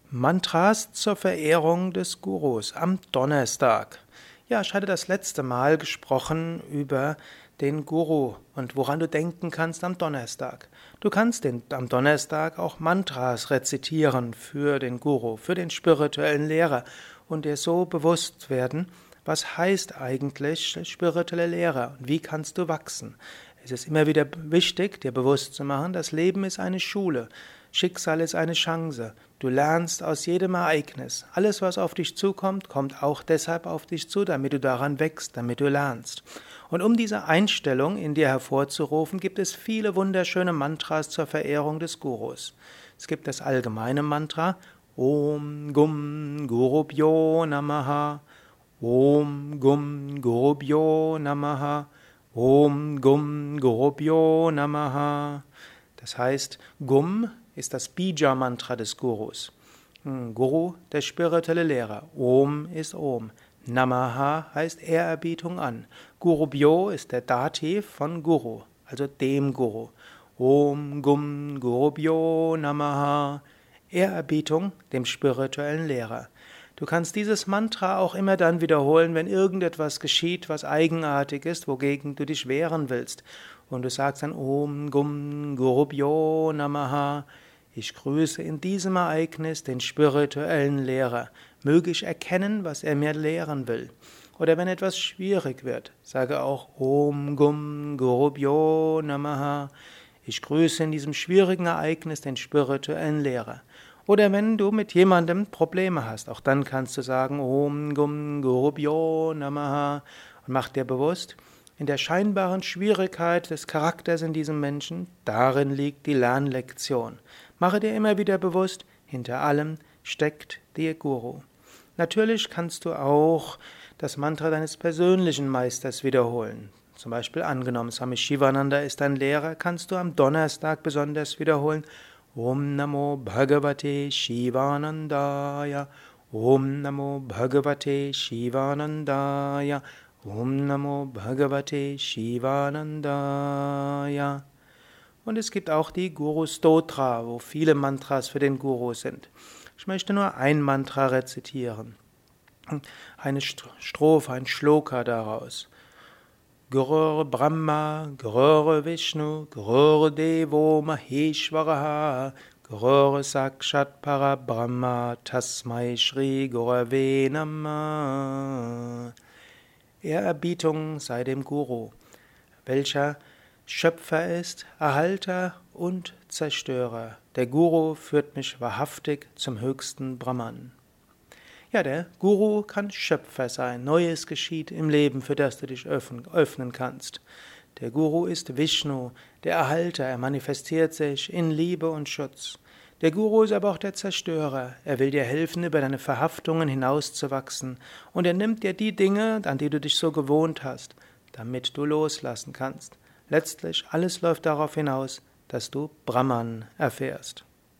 Mantras zur Verehrung des Gurus am Donnerstag. Ja, ich hatte das letzte Mal gesprochen über den Guru und woran du denken kannst am Donnerstag. Du kannst am Donnerstag auch Mantras rezitieren für den Guru, für den spirituellen Lehrer und dir so bewusst werden, was heißt eigentlich spirituelle Lehre und wie kannst du wachsen. Es ist immer wieder wichtig, dir bewusst zu machen, das Leben ist eine Schule. Schicksal ist eine Chance. Du lernst aus jedem Ereignis. Alles, was auf dich zukommt, kommt auch deshalb auf dich zu, damit du daran wächst, damit du lernst. Und um diese Einstellung in dir hervorzurufen, gibt es viele wunderschöne Mantras zur Verehrung des Gurus. Es gibt das allgemeine Mantra Om Gum Gurubhyo Namaha, Om Gum Gurubhyo Namaha, Om Gum Gurubhyo Namaha. Das heißt, Gum ist das Bija-Mantra des Gurus. Guru, der spirituelle Lehrer. Om ist Om. Namaha heißt Ehrerbietung an. Gurubhyo ist der Dativ von Guru, also dem Guru. Om Gum Gurubhyo Namaha. Ehrerbietung dem spirituellen Lehrer. Du kannst dieses Mantra auch immer dann wiederholen, wenn irgendetwas geschieht, was eigenartig ist, wogegen du dich wehren willst. Und du sagst dann Om Gum Gurubhyo Namaha. Ich grüße in diesem Ereignis den spirituellen Lehrer. Möge ich erkennen, was er mir lehren will. Oder wenn etwas schwierig wird, sage auch Om Gum Gurubhyo Namaha. Ich grüße in diesem schwierigen Ereignis den spirituellen Lehrer. Oder wenn du mit jemandem Probleme hast, auch dann kannst du sagen Om Gum Gurubhyo Namaha und mach dir bewusst, in der scheinbaren Schwierigkeit des Charakters in diesem Menschen, darin liegt die Lernlektion. Mache dir immer wieder bewusst, hinter allem steckt der Guru. Natürlich kannst du auch das Mantra deines persönlichen Meisters wiederholen. Zum Beispiel angenommen, Swami Shivananda ist dein Lehrer, kannst du am Donnerstag besonders wiederholen Om Namo Bhagavate Shivanandaya, Om Namo Bhagavate Shivanandaya, Om Namo Bhagavate Shivanandaya. Und es gibt auch die Guru Stotra, wo viele Mantras für den Guru sind. Ich möchte nur ein Mantra rezitieren. Eine Strophe, ein Shloka daraus. Gurur Brahma, Gurur Vishnu, Gurur Devo Maheshwaraha, Gurur Sakshat Parabrahma, Tasmai Shri Gurave Namah. Ehrerbietung sei dem Guru, welcher Schöpfer ist, Erhalter und Zerstörer. Der Guru führt mich wahrhaftig zum höchsten Brahman. Ja, der Guru kann Schöpfer sein. Neues geschieht im Leben, für das du dich öffnen kannst. Der Guru ist Vishnu, der Erhalter. Er manifestiert sich in Liebe und Schutz. Der Guru ist aber auch der Zerstörer. Er will dir helfen, über deine Verhaftungen hinauszuwachsen. Und er nimmt dir die Dinge, an die du dich so gewohnt hast, damit du loslassen kannst. Letztlich, alles läuft darauf hinaus, dass du Brahman erfährst.